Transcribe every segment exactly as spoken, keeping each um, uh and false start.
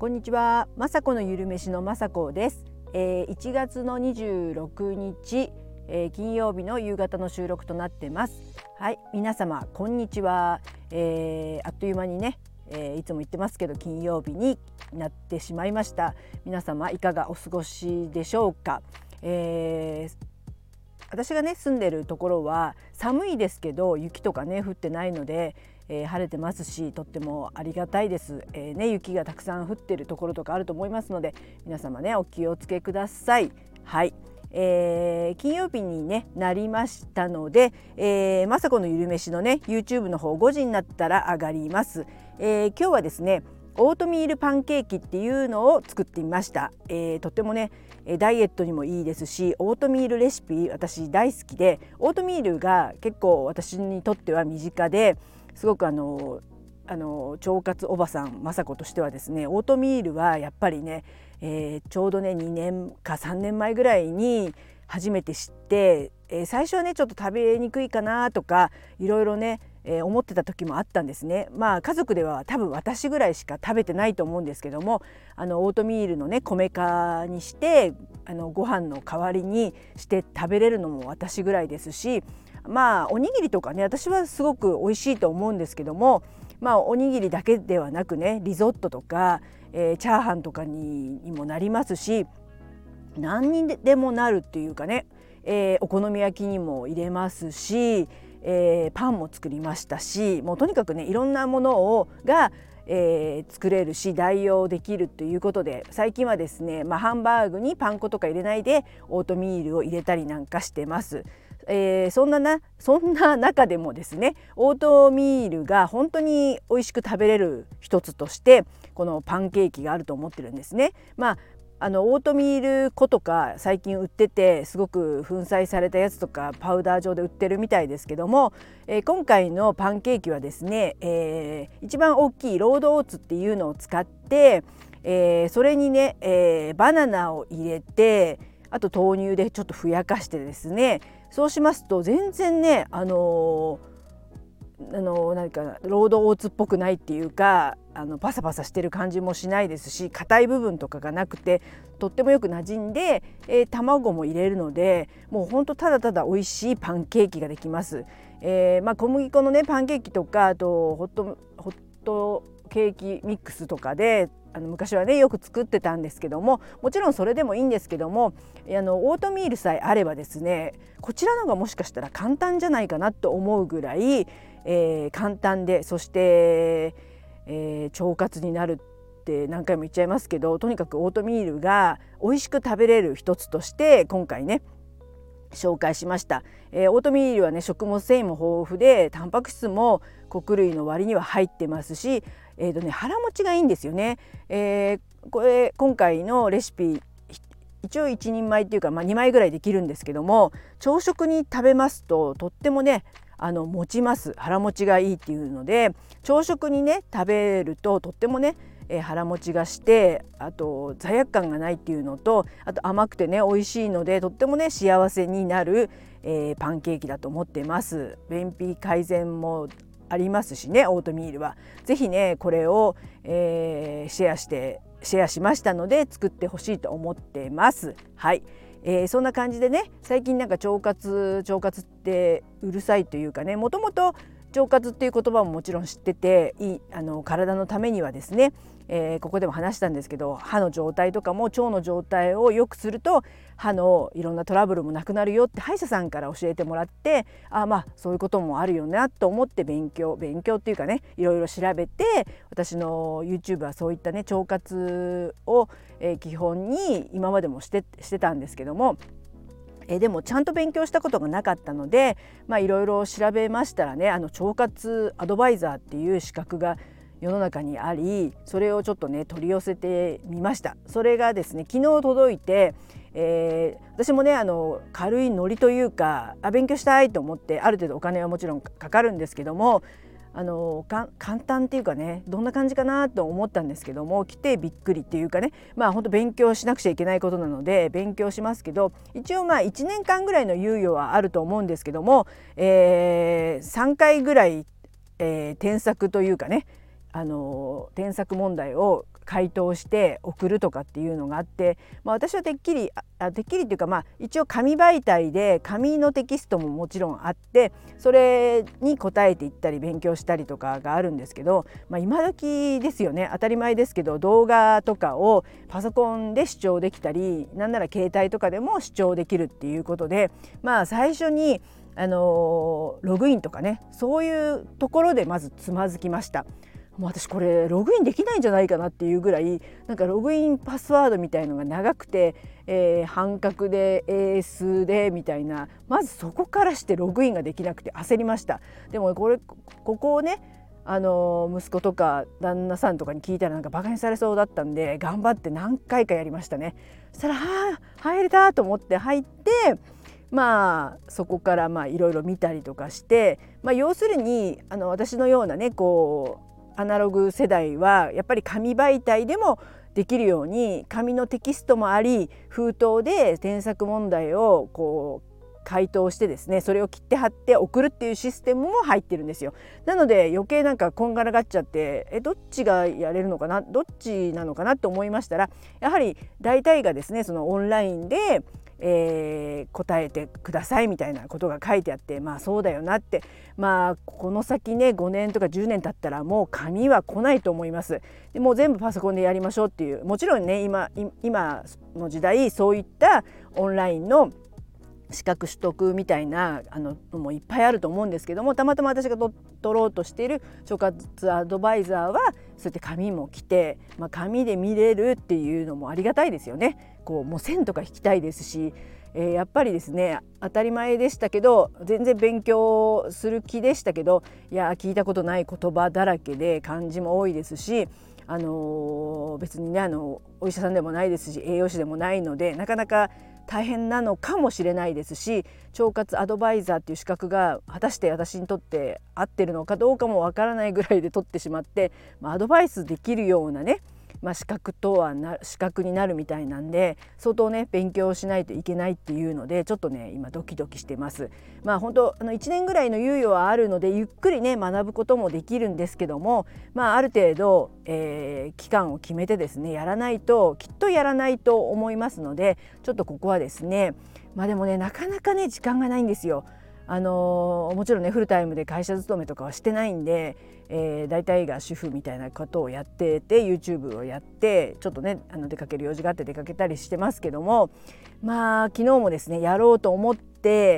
こんにちは、まさこのゆるめしのまさこです。えー、いちがつのにじゅうろくにち、えー、金曜日の夕方の収録となってます。はい、皆様こんにちは。えー、あっという間にね、えー、いつも言ってますけど金曜日になってしまいました。皆様いかがお過ごしでしょうか。えー私がね住んでるところは寒いですけど雪とかね降ってないので、えー、晴れてますし、とってもありがたいです。えーね、雪がたくさん降ってるところとかあると思いますので、皆様ねお気をつけください。はい、えー、金曜日に、ね、なりましたので、えー、まさこのゆるめしのね YouTube の方ごじになったら上がります。えー、今日はですねオートミールパンケーキっていうのを作ってみました。えー、とってもねダイエットにもいいですし、オートミールレシピ私大好きで、オートミールが結構私にとっては身近ですごくあのあの腸活おばさん雅子としてはですね、オートミールはやっぱりね、えー、ちょうどねにねんかさんねんまえぐらいに初めて知って、えー、最初はねちょっと食べにくいかなとかいろいろねえー、思ってた時もあったんですね。まあ家族では多分私ぐらいしか食べてないと思うんですけども、あのオートミールのね米化にしてあのご飯の代わりにして食べれるのも私ぐらいですし、まあおにぎりとかね私はすごく美味しいと思うんですけども、まあおにぎりだけではなくねリゾットとか、えー、チャーハンとかににもなりますし、何にでもなるっていうかね、えー、お好み焼きにも入れますし、えー、パンも作りましたし、もうとにかくねいろんなものをが、えー、作れるし代用できるということで、最近はですね、まあ、ハンバーグにパン粉とか入れないでオートミールを入れたりなんかしてます。えー、そんななそんな中でもですね、オートミールが本当に美味しく食べれる一つとしてこのパンケーキがあると思ってるんですね。まああのオートミール粉とか最近売ってて、すごく粉砕されたやつとかパウダー状で売ってるみたいですけども、えー、今回のパンケーキはですね、えー、一番大きいロードオーツっていうのを使って、えー、それにね、えー、バナナを入れて、あと豆乳でちょっとふやかしてですね、そうしますと全然ねあのーあの何かロードオーツっぽくないっていうか、あのパサパサしてる感じもしないですし、硬い部分とかがなくてとってもよく馴染んで、えー、卵も入れるので、もうほんとただただ美味しいパンケーキができます。えーまあ、小麦粉のねパンケーキとか、あとホットホットケーキミックスとかであの昔はねよく作ってたんですけども、もちろんそれでもいいんですけども、あのオートミールさえあればですね、こちらのがもしかしたら簡単じゃないかなと思うぐらい、えー、簡単で、そして、えー、腸活になるって何回も言っちゃいますけど、とにかくオートミールが美味しく食べれる一つとして今回ね紹介しました。えー、オートミールはね食物繊維も豊富で、タンパク質も穀類の割には入ってますし、えーとね、腹持ちがいいんですよね。えー、これ今回のレシピ一応いちにんまえっていうか、まあ、にまいぐらいできるんですけども、朝食に食べますととってもねあの持ちます。腹持ちがいいっていうので、朝食にね食べるととってもね、えー、腹持ちがして、あと罪悪感がないっていうのと、あと甘くてね美味しいのでとってもね幸せになる、えー、パンケーキだと思ってます。便秘改善もありますしね、オートミールはぜひねこれを、えー、シェアしてシェアしましたので作ってほしいと思ってます。はい、えー、そんな感じでね、最近なんか腸活腸活ってうるさいというかね、もともと腸活っていう言葉ももちろん知ってていい、あの体のためにはですね、えー、ここでも話したんですけど、歯の状態とかも腸の状態を良くすると歯のいろんなトラブルもなくなるよって歯医者さんから教えてもらって、あまあそういうこともあるよなと思って勉強勉強っていうかねいろいろ調べて、私の YouTube はそういったね腸活を、えー、基本に今までもしてしてたんですけども、えでもちゃんと勉強したことがなかったので、まあいろいろ調べましたらね、あの腸活アドバイザーっていう資格が世の中にあり、それをちょっとね取り寄せてみました。それがですね昨日届いて、えー、私もねあの軽いノリというか、あ勉強したいと思って、ある程度お金はもちろんかかるんですけども、あのか簡単っていうかねどんな感じかなと思ったんですけども、来てびっくりっていうかね、まあ本当勉強しなくちゃいけないことなので勉強しますけど、一応まあいちねんかんぐらいの猶予はあると思うんですけども、えー、さんかいぐらい、えー、添削というかね、あの添削問題を回答して送るとかっていうのがあって、まあ、私はてっきりあてっきりっていうか、まあ、一応紙媒体で紙のテキストももちろんあって、それに答えていったり勉強したりとかがあるんですけど、まあ、今時ですよね、当たり前ですけど動画とかをパソコンで視聴できたり、なんなら携帯とかでも視聴できるっていうことで、まあ最初にあのログインとかね、そういうところでまずつまずきました。もう私これログインできないんじゃないかなっていうぐらい、なんかログインパスワードみたいのが長くて、えー、半角で英数でみたいな、まずそこからしてログインができなくて焦りました。でもこれここをね、あの息子とか旦那さんとかに聞いたらなんかバカにされそうだったんで、頑張って何回かやりましたね。そしたらはあ入れたと思って入って、まあそこからまあいろいろ見たりとかして、まあ、要するにあの私のようなねこうアナログ世代はやっぱり紙媒体でもできるように、紙のテキストもあり、封筒で添削問題をこう回答してですね、それを切って貼って送るっていうシステムも入ってるんですよ。なので余計なんかこんがらがっちゃって、えどっちがやれるのかな、どっちなのかなって思いましたら、やはり大体がですねそのオンラインでえー、答えてくださいみたいなことが書いてあって、まあそうだよなって、まあこの先ねごねんとかじゅうねん経ったらもう紙は来ないと思います。でもう全部パソコンでやりましょうっていう、もちろんね今今の時代そういったオンラインの資格取得みたいなあのもいっぱいあると思うんですけども、たまたま私が取ろうとしている腸活アドバイザーはそうやって紙も来て、まあ、紙で見れるっていうのもありがたいですよね。こうもう線とか引きたいですし、えー、やっぱりですね当たり前でしたけど、全然勉強する気でしたけど、いや聞いたことない言葉だらけで漢字も多いですし、あのー、別にねあのお医者さんでもないですし栄養士でもないので、なかなか大変なのかもしれないですし、腸活アドバイザーっていう資格が果たして私にとって合ってるのかどうかもわからないぐらいで取ってしまって、まあ、アドバイスできるようなね、まあ、資格とはな資格になるみたいなんで、相当ね勉強しないといけないっていうので、ちょっとね今ドキドキしてます。まあ本当あのいちねんぐらいの猶予はあるので、ゆっくりね学ぶこともできるんですけども、まあある程度、えー、期間を決めてですねやらないときっとやらないと思いますので、ちょっとここはですね、まあでもねなかなかね時間がないんですよ。あのー、もちろんねフルタイムで会社勤めとかはしてないんで、えー、大体が主婦みたいなことをやってて YouTube をやって、ちょっとねあの出かける用事があって出かけたりしてますけども、まあ昨日もですねやろうと思って、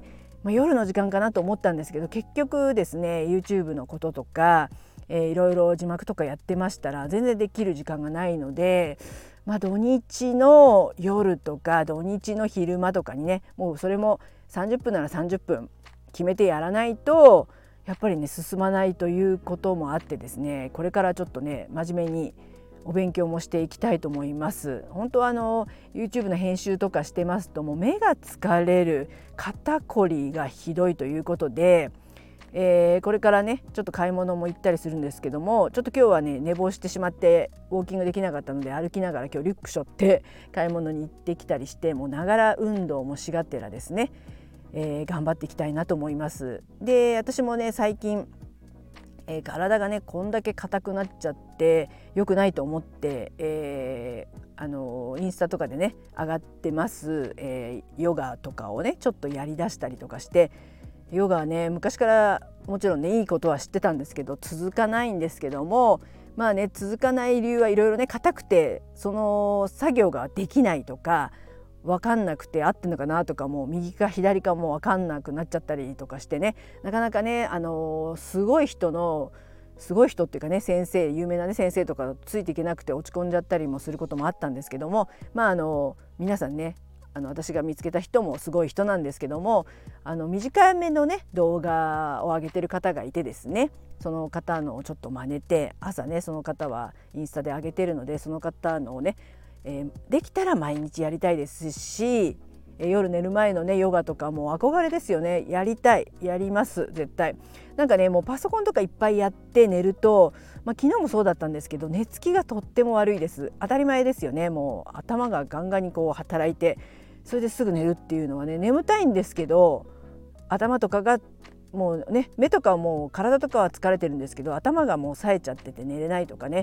まあ、夜の時間かなと思ったんですけど、結局ですね YouTube のこととか、えー、いろいろ字幕とかやってましたら全然できる時間がないので、まあ、土日の夜とか土日の昼間とかにね、もうそれもさんじゅっぷんならさんじゅっぷん決めてやらないとやっぱりね進まないということもあってですね、これからちょっとね真面目にお勉強もしていきたいと思います。本当はあの YouTube の編集とかしてますともう目が疲れる、肩こりがひどいということで、えー、これからねちょっと買い物も行ったりするんですけども、ちょっと今日はね寝坊してしまってウォーキングできなかったので、歩きながら今日リュック背負って買い物に行ってきたりして、もうながら運動もしがてらですね、えー、頑張っていきたいなと思います。で私もね最近、えー、体がねこんだけ硬くなっちゃって良くないと思って、えー、あのインスタとかでね上がってます、えー、ヨガとかをねちょっとやりだしたりとかして、ヨガはね昔からもちろんねいいことは知ってたんですけど続かないんですけども、まあね続かない理由はいろいろね、硬くてその作業ができないとか分かんなくて合ってんのかなとか、もう右か左かも分かんなくなっちゃったりとかしてね、なかなかねあのすごい人のすごい人っていうかね先生有名なね先生とかついていけなくて落ち込んじゃったりもすることもあったんですけども、まああの皆さんねあの私が見つけた人もすごい人なんですけども、あの短めのね動画を上げてる方がいてですね、その方のをちょっと真似て、朝ねその方はインスタで上げてるので、その方のをね、えー、できたら毎日やりたいですし、えー、夜寝る前のねヨガとかも憧れですよね。やりたい、やります絶対。なんかねもうパソコンとかいっぱいやって寝ると、まあ、昨日もそうだったんですけど寝つきがとっても悪いです。当たり前ですよね。もう頭がガンガンにこう働いて、それですぐ寝るっていうのはね、眠たいんですけど頭とかがもうね、目とかはもう体とかは疲れてるんですけど頭がもう冴えちゃってて寝れないとかね、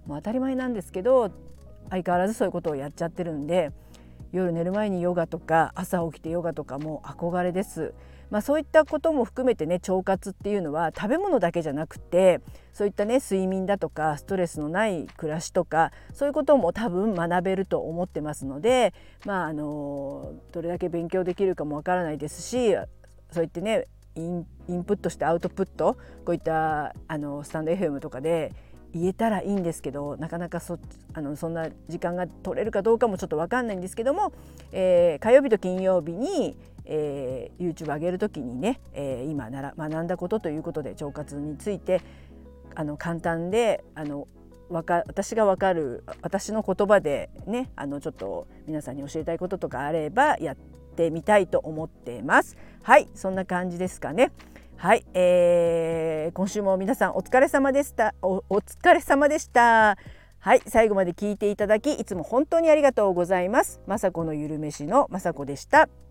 もう当たり前なんですけど相変わらずそういうことをやっちゃってるんで、夜寝る前にヨガとか朝起きてヨガとかも憧れです。まあ、そういったことも含めてね、腸活っていうのは食べ物だけじゃなくて、そういったね睡眠だとかストレスのない暮らしとか、そういうことも多分学べると思ってますので、まああのどれだけ勉強できるかもわからないですし、そういってねイン、インプットしてアウトプット、こういったあのスタンド エフエム とかで言えたらいいんですけど、なかなか そ, あのそんな時間が取れるかどうかもちょっと分かんないんですけども、えー、火曜日と金曜日に、えー、YouTube 上げる時にね、えー、今なら学んだことということで腸活についてあの簡単であのわか私が分かる私の言葉でね、あのちょっと皆さんに教えたいこととかあればやってみたいと思っています。はい、そんな感じですかね。はい、えー、今週も皆さんお疲れ様でした。お、お疲れ様でした。はい、最後まで聞いていただきいつも本当にありがとうございます。まさこのゆるめしのまさこでした。